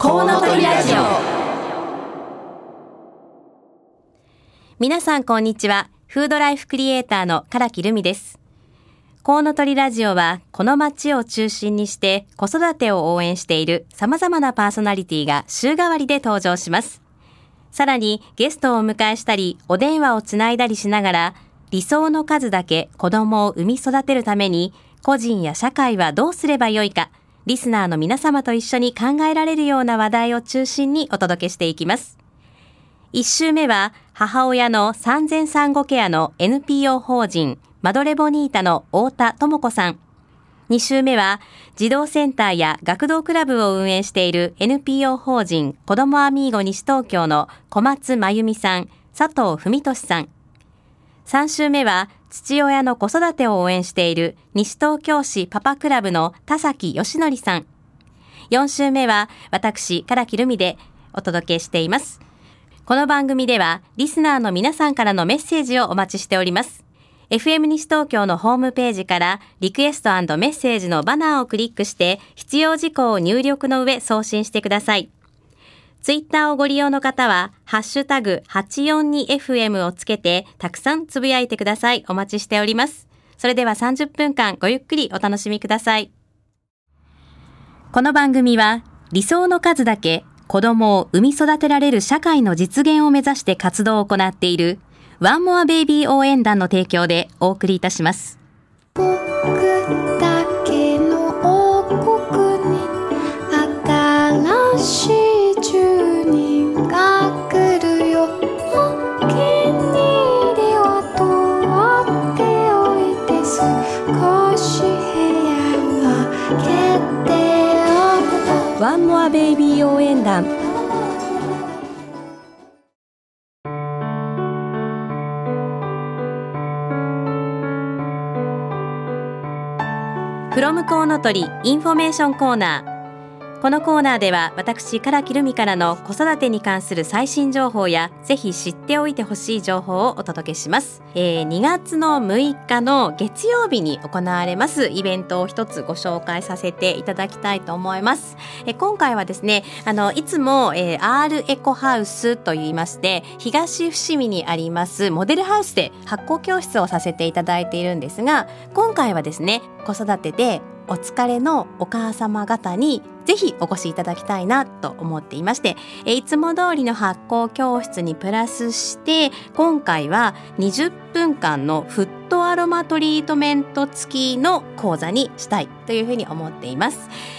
コウノトリラジオ。 皆さんこんにちは。フードライフクリエイターの唐木留美です。コウノトリラジオはこの街を中心にして子育てを応援している様々なパーソナリティが週替わりで登場します。さらにゲストをお迎えしたりお電話をつないだりしながら、理想の数だけ子供を産み育てるために個人や社会はどうすればよいか、リスナーの皆様と一緒に考えられるような話題を中心にお届けしていきます。1週目は母親の産前産後ケアの NPO 法人マドレボニータの太田智子さん。2週目は児童センターや学童クラブを運営している NPO 法人子どもアミーゴ西東京の小松真由美さん、佐藤文俊さん。3週目は父親の子育てを応援している西東京市パパクラブの田崎義則さん。4週目は私唐木留美でお届けしています。この番組ではリスナーの皆さんからのメッセージをお待ちしております。FM 西東京のホームページからリクエスト&メッセージのバナーをクリックして必要事項を入力の上送信してください。ツイッターをご利用の方はハッシュタグ 842FM をつけてたくさんつぶやいてください。お待ちしております。それでは30分間ごゆっくりお楽しみください。この番組は理想の数だけ子供を産み育てられる社会の実現を目指して活動を行っているワンモアベイビー応援団の提供でお送りいたします。 僕だけの王国に新しい住人が来るよ。お気に入りは取っておいて、少し部屋は決定を。 ワンモアベイビー応援団。 フロムコウノトリインフォメーションコーナー。このコーナーでは私唐木留美からの子育てに関する最新情報やぜひ知っておいてほしい情報をお届けします。2月の6日の月曜日に行われますイベントを一つご紹介させていただきたいと思います。今回はですね、いつも、R エコハウスといいまして東伏見にありますモデルハウスで発酵教室をさせていただいているんですが、今回はですね、子育てでお疲れのお母様方にぜひお越しいただきたいなと思っていまして、いつも通りの発酵教室にプラスして今回は20分間のフットアロマトリートメント付きの講座にしたいというふうに思っています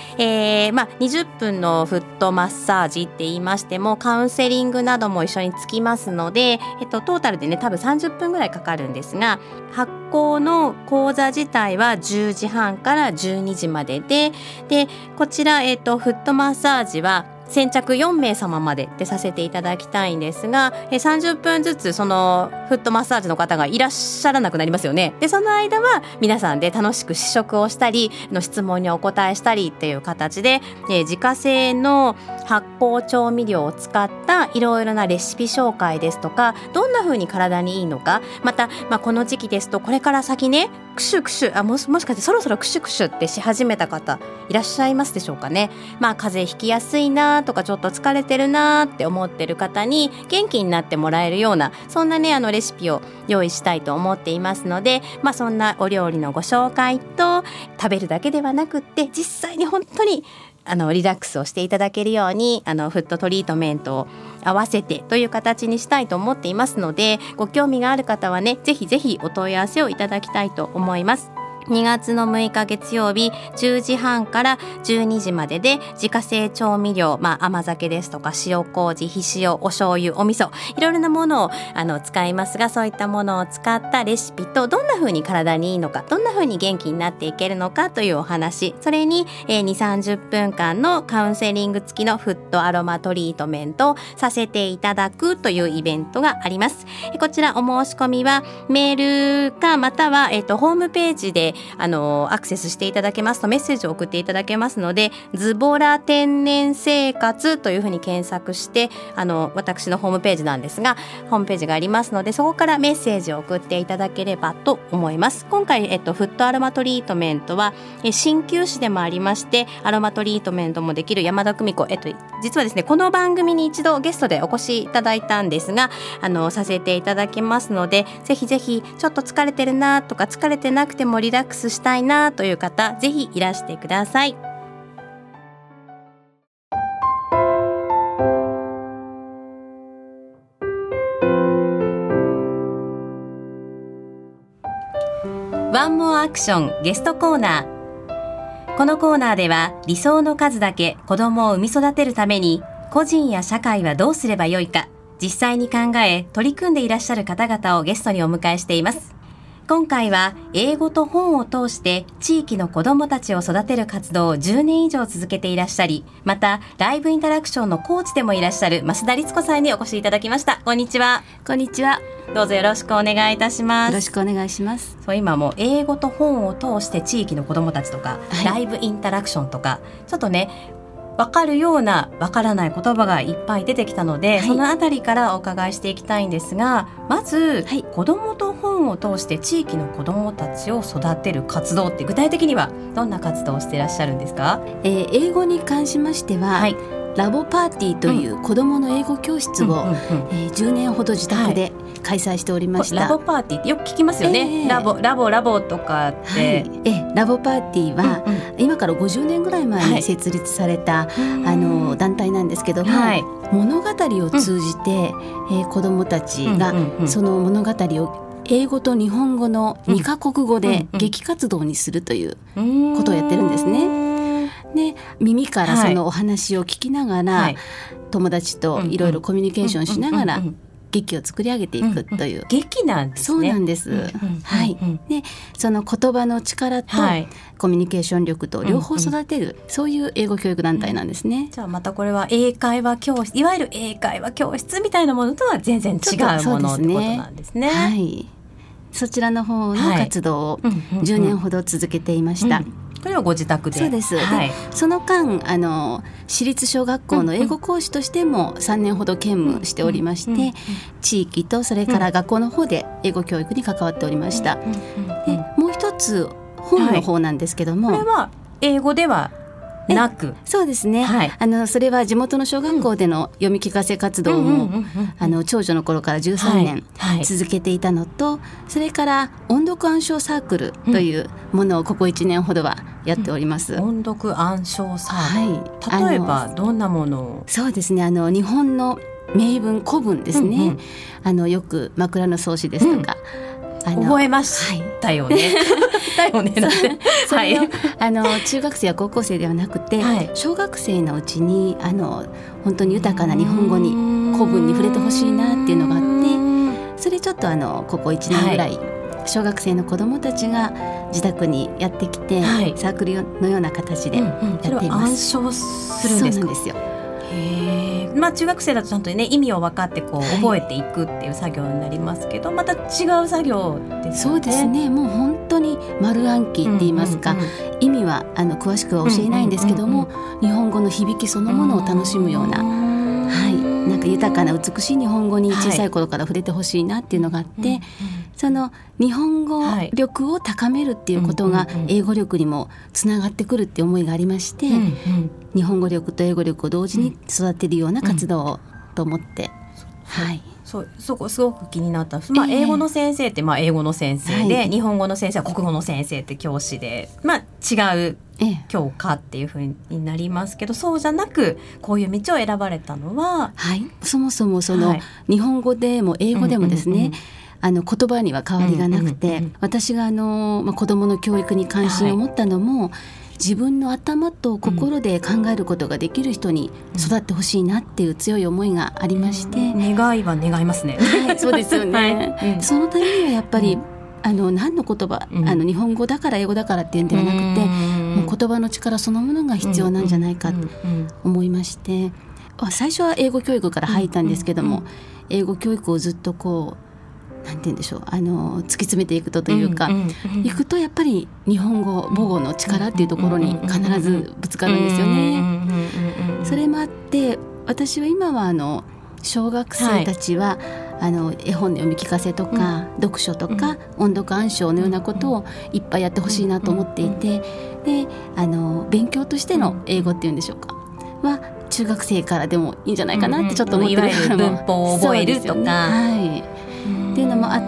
。20分のフットマッサージって言いましてもカウンセリングなども一緒につきますので、トータルでね多分30分ぐらいかかるんですが、発酵の講座自体は10時半から12時まででこちら、フットマッサージは先着4名様まででさせていただきたいんですが、30分ずつそのフットマッサージの方がいらっしゃらなくなりますよね。でその間は皆さんで楽しく試食をしたりの質問にお答えしたりっていう形で、自家製の発酵調味料を使ったいろいろなレシピ紹介ですとか、どんな風に体にいいのか、また、この時期ですとこれから先ねクシュクシュもしかしてそろそろクシュクシュってし始めた方いらっしゃいますでしょうかね。風邪ひきやすいなとかちょっと疲れてるなって思ってる方に元気になってもらえるようなそんなねレシピを用意したいと思っていますので、そんなお料理のご紹介と食べるだけではなくって実際に本当にリラックスをしていただけるようにフットトリートメントを合わせてという形にしたいと思っていますので、ご興味がある方はねぜひぜひお問い合わせをいただきたいと思います。2月の6日月曜日10時半から12時までで自家製調味料、甘酒ですとか塩麹、ひ塩、お醤油、お味噌いろいろなものを使いますが、そういったものを使ったレシピとどんな風に体にいいのか、どんな風に元気になっていけるのかというお話、それに、2,30 分間のカウンセリング付きのフットアロマトリートメントをさせていただくというイベントがあります。こちらお申し込みはメールかまたは、ホームページでアクセスしていただけますとメッセージを送っていただけますので、ズボラ天然生活というふうに検索して私のホームページなんですが、ホームページがありますので、そこからメッセージを送っていただければと思います。今回、フットアロマトリートメントは鍼灸師でもありまして、アロマトリートメントもできる山田久美子、実はですねこの番組に一度ゲストでお越しいただいたんですが、させていただきますので、ぜひぜひちょっと疲れてるなとか疲れてなくてもリラックスしたいなという方、ぜひいらしてください。ワンモアアクションゲストコーナー。このコーナーでは理想の数だけ子供を産み育てるために個人や社会はどうすればよいか、実際に考え取り組んでいらっしゃる方々をゲストにお迎えしています。今回は英語と本を通して地域の子どもたちを育てる活動を10年以上続けていらっしゃり、またライブインタラクションのコーチでもいらっしゃる増田律子さんにお越しいただきました。こんにちは。 こんにちは。 どうぞよろしくお願いいたします。 よろしくお願いします。 今も英語と本を通して地域の子どもたちとか、ライブインタラクションとか、ちょっとね分かるような分からない言葉がいっぱい出てきたので、そのあたりからお伺いしていきたいんですが、まず、子どもと本を通して地域の子どもたちを育てる活動って具体的にはどんな活動をしていらっしゃるんですか？ 英語に関しましては、ラボパーティーという子どもの英語教室を、10年ほど自宅で開催しておりました。 ラボパーティーってよく聞きますよね。ラボとかって、 ラボパーティーは、今から50年ぐらい前に設立された、団体なんですけども、物語を通じて、子どもたちが、その物語を英語と日本語の2カ国語で劇活動にするということをやってるんですね。で、耳からそのお話を聞きながら、友達といろいろコミュニケーションしながら劇を作り上げていくという、 劇なんですね。 そうなんです。で、その言葉の力とコミュニケーション力と両方育てる、そういう英語教育団体なんですね。 じゃあまたこれは英会話教室、いわゆる英会話教室みたいなものとは全然違うものってことなんですね。 そちらの方の活動を10年ほど続けていました。 これはご自宅で？ そうです。で、その間私立小学校の英語講師としても3年ほど兼務しておりまして、地域とそれから学校の方で英語教育に関わっておりました。で、もう一つ本の方なんですけども、 これは英語ではなく、 そうですね、それは地元の小学校での読み聞かせ活動も長女の頃から13年続けていたのと、それから音読暗唱サークルというものをここ1年ほどはやっております。 音読暗唱サークル、例えばどんなものを？ そうですね、日本の名文古文ですね、よく枕草子ですとか、 覚えましたよね。 それを中学生や高校生ではなくて、小学生のうちに本当に豊かな日本語に古文に触れてほしいなっていうのがあって、それちょっとここ1年ぐらい、小学生の子どもたちが自宅にやってきて、サークルのような形でやっています。 暗唱するんですか？ そうなんですよ。 中学生だとちゃんとね意味を分かって覚えていくっていう作業になりますけど、また違う作業ですよね。 そうですね、もう本当に丸暗記って言いますか、意味は詳しくは教えないんですけども、日本語の響きそのものを楽しむような、なんか豊かな美しい日本語に小さい頃から触れてほしいなっていうのがあって、その日本語力を高めるっていうことが英語力にもつながってくるっていう思いがありまして、日本語力と英語力を同時に育てるような活動をと思って、 そこすごく気になった。英語の先生って英語の先生で、日本語の先生は国語の先生って教師で、違う教科っていう風になりますけど、そうじゃなくこういう道を選ばれたのは、 そもそも日本語でも英語でもですね、言葉には変わりがなくて、私が子どもの教育に関心を持ったのも、自分の頭と心で考えることができる人に育ってほしいなっていう強い思いがありまして、 願いは願いますね。 そうですよね。そのためにはやっぱり何の言葉、日本語だから英語だからっていうんではなくて、もう言葉の力そのものが必要なんじゃないかと思いまして、最初は英語教育から入ったんですけども、英語教育をずっとなんて言うんでしょう、突き詰めていくというか、いくとやっぱり日本語母語の力っていうところに必ずぶつかるんですよね。それもあって私は今は小学生たちは、絵本の読み聞かせとか、読書とか、音読暗唱のようなことをいっぱいやってほしいなと思っていて、で勉強としての英語っていうんでしょうかは中学生からでもいいんじゃないかなってちょっと思ってるからも、 いわゆる文法を覚えるとか、 っていうのもあって、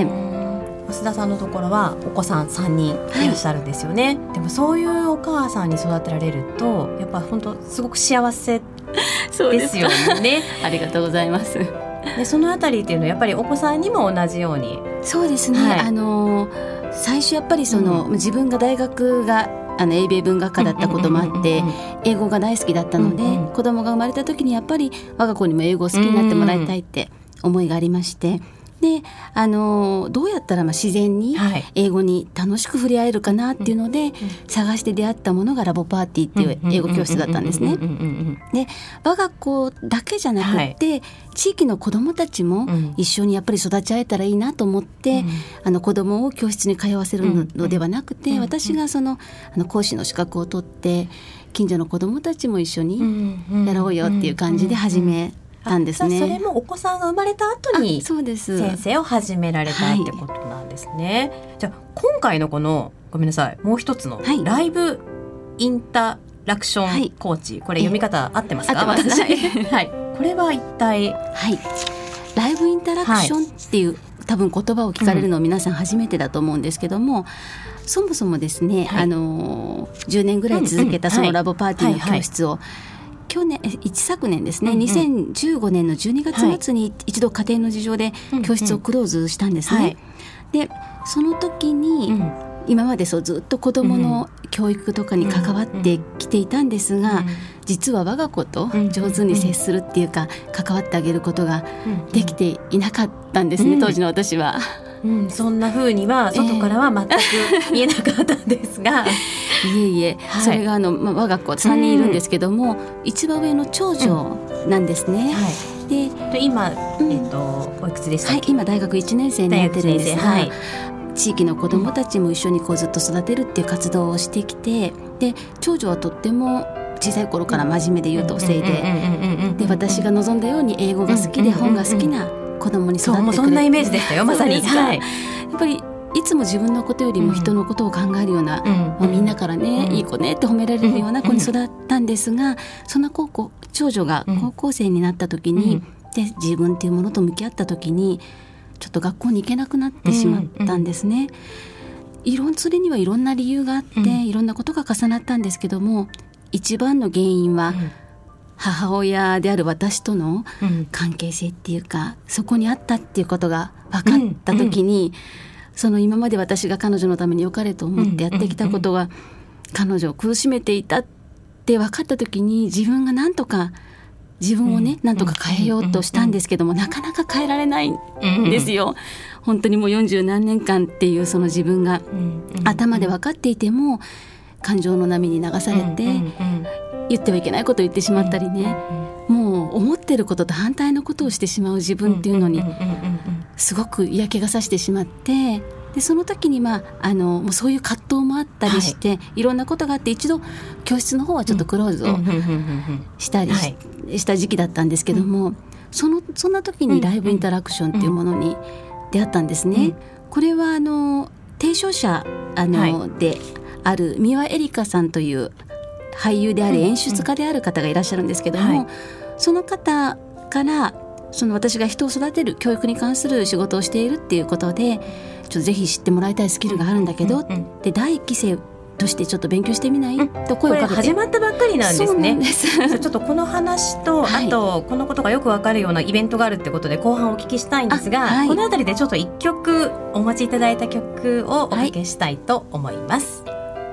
増田さんのところはお子さん3人いらっしゃるんですよね。でもそういうお母さんに育てられるとやっぱ本当すごく幸せですよね。 ありがとうございます。 でそのあたりっていうのはやっぱりお子さんにも同じように。 そうですね、最初やっぱり自分が大学が英米文学科だったこともあって英語が大好きだったので、子供が生まれた時にやっぱり我が子にも英語を好きになってもらいたいって思いがありまして、でどうやったら自然に英語に楽しく触れ合えるかなっていうので、探して出会ったものがラボパーティーっていう英語教室だったんですね。で我が子だけじゃなくって、地域の子どもたちも一緒にやっぱり育ち合えたらいいなと思って、子どもを教室に通わせるのではなくて、私が講師の資格を取って近所の子どもたちも一緒にやろうよっていう感じで始めなんですね。 それもお子さんが生まれた後に先生を始められたってことなんですね。じゃあ今回のこのごめんなさいもう一つのライブインタラクションコーチ、これ読み方合ってますか？ 合ってます。 これは一体、 ライブインタラクションっていう、多分言葉を聞かれるの皆さん初めてだと思うんですけども、そもそもですね、10年ぐらい続けたそのラボパーティーの教室を一昨年ですね、2015年の12月末に一度家庭の事情で教室をクローズしたんですね。でその時に、今までずっと子どもの教育とかに関わってきていたんですが、実は我が子と上手に接するっていうか、関わってあげることができていなかったんですね、当時の私は。 そんな風には外からは全く見えなかったんですが、 いえ、それが我が子3人いるんですけども、一番上の長女なんですね。で今、おいくつでしたっけ？ 今大学1年生になってるんですが、地域の子どもたちも一緒にずっと育てるっていう活動をしてきて、で長女はとっても小さい頃から真面目で優等生で、私が望んだように英語が好きで本が好きな子どもに育ってくれて、 そんなイメージでしたよ、まさに。 やっぱりいつも自分のことよりも人のことを考えるような、みんなからね、いい子ねって褒められるような子に育ったんですが、そんな長女が高校生になった時に、で自分っていうものと向き合った時にちょっと学校に行けなくなってしまったんですね。それにはいろんな理由があって、いろんなことが重なったんですけども、一番の原因は、母親である私との関係性っていうか、そこにあったっていうことが分かった時に、今まで私が彼女のために良かれと思ってやってきたことが彼女を苦しめていたって分かった時に、自分がなんとか自分をね、なんとか変えようとしたんですけども、なかなか変えられないんですよ。本当にもう40何年間っていうその自分が頭で分かっていても、感情の波に流されて、言ってはいけないことを言ってしまったりね、もう思ってることと反対のことをしてしまう自分っていうのにすごく嫌気がさしてしまって、でその時にもうそういう葛藤もあったりして、いろんなことがあって、一度教室の方はちょっとクローズをしたりした時期だったんですけども、そんな時にライブインタラクションっていうものに出会ったんですね。これは提唱者である三輪エリカさんという俳優であり演出家である方がいらっしゃるんですけども、その方から私が人を育てる教育に関する仕事をしているっていうことで、ちょっとぜひ知ってもらいたいスキルがあるんだけど、で第1期生としてちょっと勉強してみない、と声をかけて。 これ始まったばっかりなんですね。そうなんです。 ちょっとこの話と、あとこのことがよくわかるようなイベントがあるってことで後半お聞きしたいんですが、このあたりでちょっと1曲お待ちいただいた曲をおかけしたいと思います。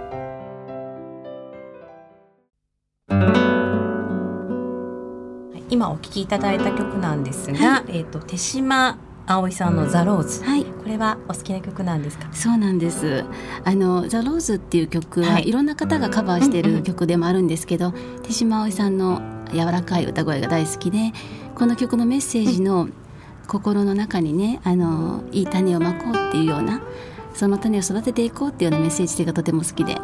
今お聴きいただいた曲なんですが、手島葵さんのザ・ローズ、これはお好きな曲なんですか？ そうなんです。ザ・ローズっていう曲はいろんな方がカバーしている曲でもあるんですけど、手島葵さんの柔らかい歌声が大好きで、この曲のメッセージの心の中にねいい種をまこうっていうような、その種を育てていこうっていうようなメッセージ性がとても好きで、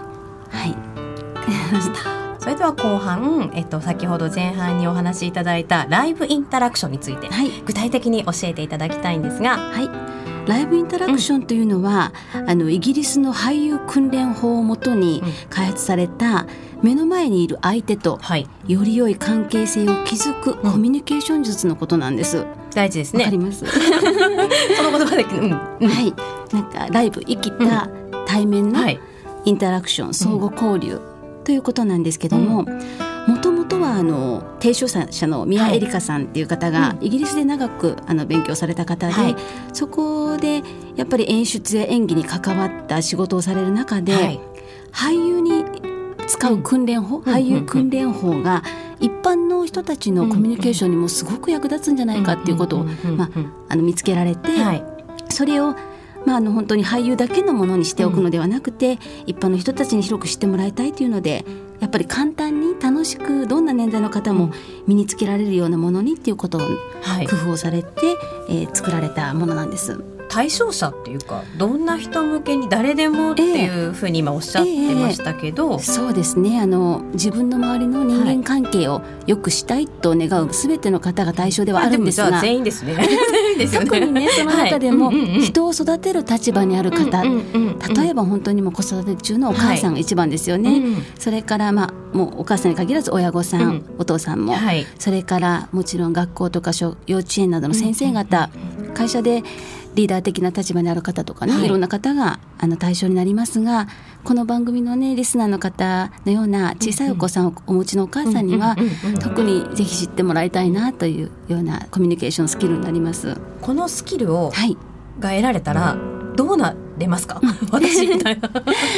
それでは後半、先ほど前半にお話しいただいたライブインタラクションについて、具体的に教えていただきたいんですが、 ライブインタラクションというのは、イギリスの俳優訓練法をもとに開発された、目の前にいる相手とより良い関係性を築くコミュニケーション術のことなんです。 大事ですね。 わかりますその言葉で、 なんかライブ生きた対面のインタラクション、相互交流ということなんですけども、もともとは提唱者の宮エリカさんっていう方がイギリスで長く勉強された方で、そこでやっぱり演出や演技に関わった仕事をされる中で、俳優に使う訓練法、俳優訓練法が一般の人たちのコミュニケーションにもすごく役立つんじゃないかっていうことを見つけられて、それを本当に俳優だけのものにしておくのではなくて、一般の人たちに広く知ってもらいたいというので、やっぱり簡単に楽しくどんな年代の方も身につけられるようなものにっていうことを工夫をされて、作られたものなんです。 対象者っていうか、どんな人向けに誰でもっていうふうに今おっしゃってましたけど、 そうですね、自分の周りの人間関係を良くしたいと願う全ての方が対象ではあるんですが、 でもじゃあ全員ですね特にね、その中でも人を育てる立場にある方、例えば本当にもう子育て中のお母さんが一番ですよね、それからもうお母さんに限らず親御さん、お父さんも、それからもちろん学校とか幼稚園などの先生方、会社でリーダー的な立場にある方とかね、いろんな方が対象になりますが、この番組のねリスナーの方のような小さいお子さんをお持ちのお母さんには特にぜひ知ってもらいたいなというようなコミュニケーションスキルになります。 このスキルを、が得られたらどうなれますか私みたいな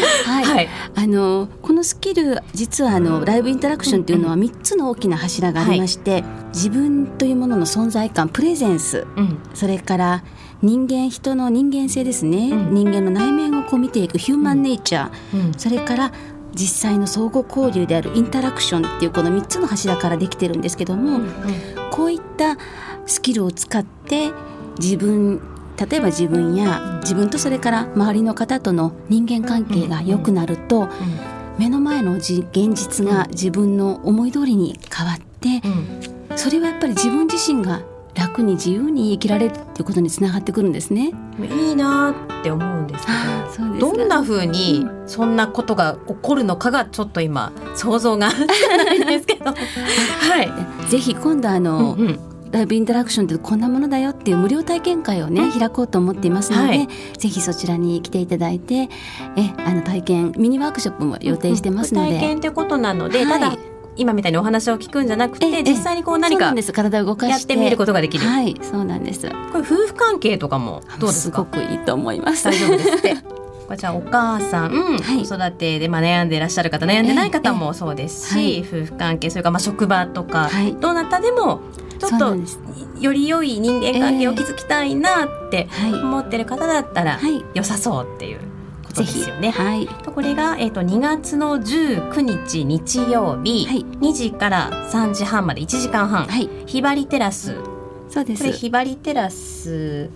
このスキル、実はライブインタラクションというのは3つの大きな柱がありまして、自分というものの存在感、プレゼンス、それから人の人間性ですね、人間の内面をこう見ていくヒューマンネイチャー、それから実際の相互交流であるインタラクションっていうこの3つの柱からできてるんですけども、こういったスキルを使って例えば自分や自分とそれから周りの方との人間関係が良くなると、目の前の現実が自分の思い通りに変わって、それはやっぱり自分自身が楽に自由に生きられるっていうことにつながってくるんですね。 いいなって思うんですけど、どんな風にそんなことが起こるのかがちょっと今想像がつかないんですけどぜひ今度ライブインタラクションってこんなものだよっていう無料体験会をね、開こうと思っていますので、ぜひそちらに来ていただいて、体験ミニワークショップも予定してますので、 体験ってことなので、ただ今みたいにお話を聞くんじゃなくて、実際にこう何か体を動かしてやってみることができる。 そうなんです。 これ夫婦関係とかもどうですか？ すごくいいと思います。 大丈夫ですってこれじゃあお母さん、子育てで悩んでいらっしゃる方、悩んでない方もそうですし、夫婦関係、それから職場とか、どなたでもちょっとより良い人間関係を築きたいなって思ってる方だったら良さそうっていうことですよね。これが、2月の19日日曜日、2時から3時半まで1時間半、ひばりテラス、 そうです。 これひばりテラス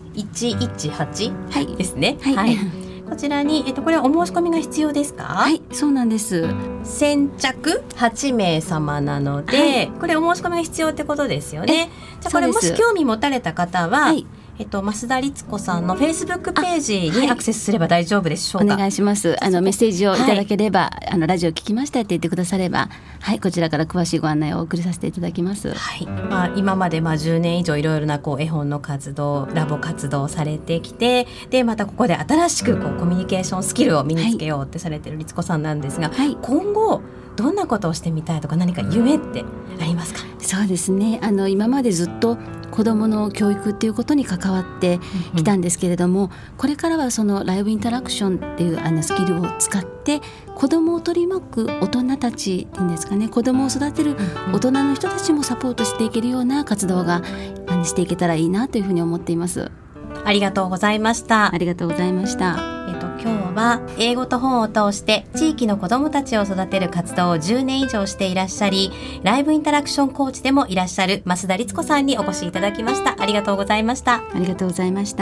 118ですね。こちらに、これはお申し込みが必要ですか？ そうなんです。 先着8名様なので、これお申し込みが必要ってことですよね。じゃあこれもし興味持たれた方は、増田律子さんのフェイスブックページにアクセスすれば大丈夫でしょうか？ お願いします。メッセージをいただければ、ラジオ聞きましたって言ってくだされば、こちらから詳しいご案内をお送りさせていただきます。 今まで10年以上いろいろな絵本の活動、ラボ活動をされてきて、でまたここで新しくコミュニケーションスキルを身につけようってされてる律子さんなんですが、今後どんなことをしてみたいとか、何か夢ってありますか？ そうですね、今までずっと子どもの教育っていうことに関わってきたんですけれども、これからはそのライブインタラクションっていうスキルを使って子どもを取り巻く大人たちっていうんですかね、子どもを育てる大人の人たちもサポートしていけるような活動がしていけたらいいなというふうに思っています。 ありがとうございました。 ありがとうございました。 今日日は英語と本を通して地域の子どもたちを育てる活動を10年以上していらっしゃり、ライブインタラクションコーチでもいらっしゃる増田律子さんにお越しいただきました。ありがとうございました。 ありがとうございました。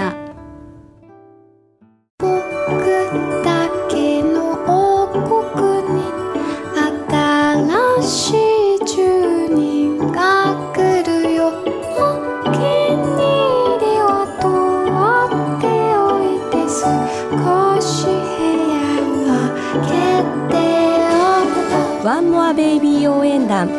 僕だけの王国に新しい住人が来るよ。お気に入りは取っておいて、少し部屋は開けておくと。 ワンモアベイビー応援団。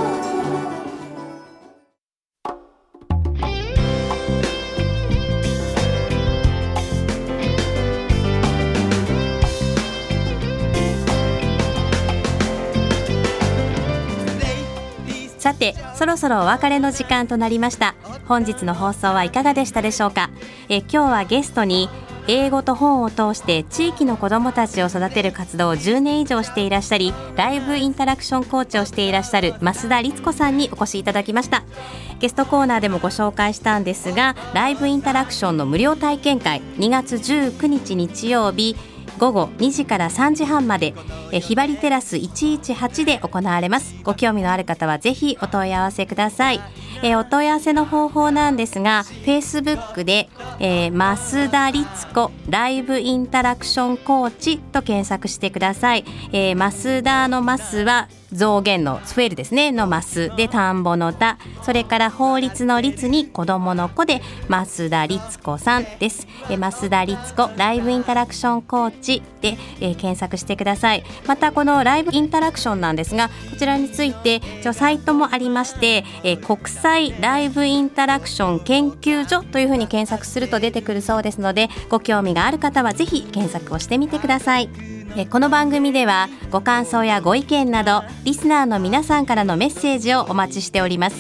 さて、そろそろお別れの時間となりました。本日の放送はいかがでしたでしょうか。今日はゲストに英語と本を通して地域の子どもたちを育てる活動を10年以上していらっしゃり、ライブインタラクションコーチをしていらっしゃる増田律子さんにお越しいただきました。ゲストコーナーでもご紹介したんですが、ライブインタラクションの無料体験会、2月19日日曜日午後2時から3時半までひばりテラス118で行われます。ご興味のある方はぜひお問い合わせください。お問い合わせの方法なんですが、 Facebook で、増田律子ライブインタラクションコーチと検索してください。増田の増は増減の増えるですねの増で、田んぼの田、それから法律の律に子供の子で増田律子さんです。増田律子ライブインタラクションコーチで、検索してください。またこのライブインタラクションなんですが、こちらについてサイトもありまして、国際ライブインタラクション研究所というふうに検索すると出てくるそうですので、ご興味がある方はぜひ検索をしてみてください。この番組ではご感想やご意見などリスナーの皆さんからのメッセージをお待ちしております。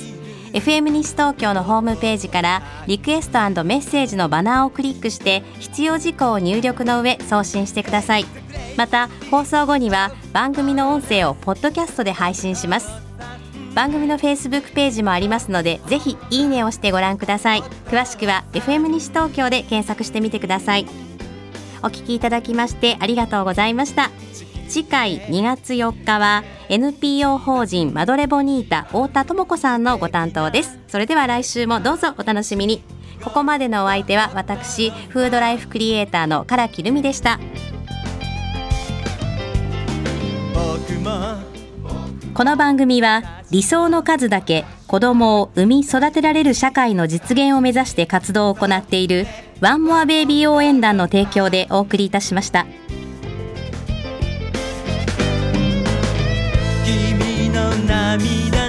FM 西東京のホームページからリクエスト&メッセージのバナーをクリックして必要事項を入力の上送信してください。また放送後には番組の音声をポッドキャストで配信します。番組の Facebook ページもありますので、ぜひいいねをしてご覧ください。詳しくは FM 西東京で検索してみてください。お聞きいただきましてありがとうございました。次回2月4日は NPO 法人マドレボニータ太田智子さんのご担当です。それでは来週もどうぞお楽しみに。ここまでのお相手は私、フードライフクリエイターの唐木留美でした。この番組は理想の数だけ子供を産み育てられる社会の実現を目指して活動を行っているワンモアベイビー応援団の提供でお送りいたしました。 君の涙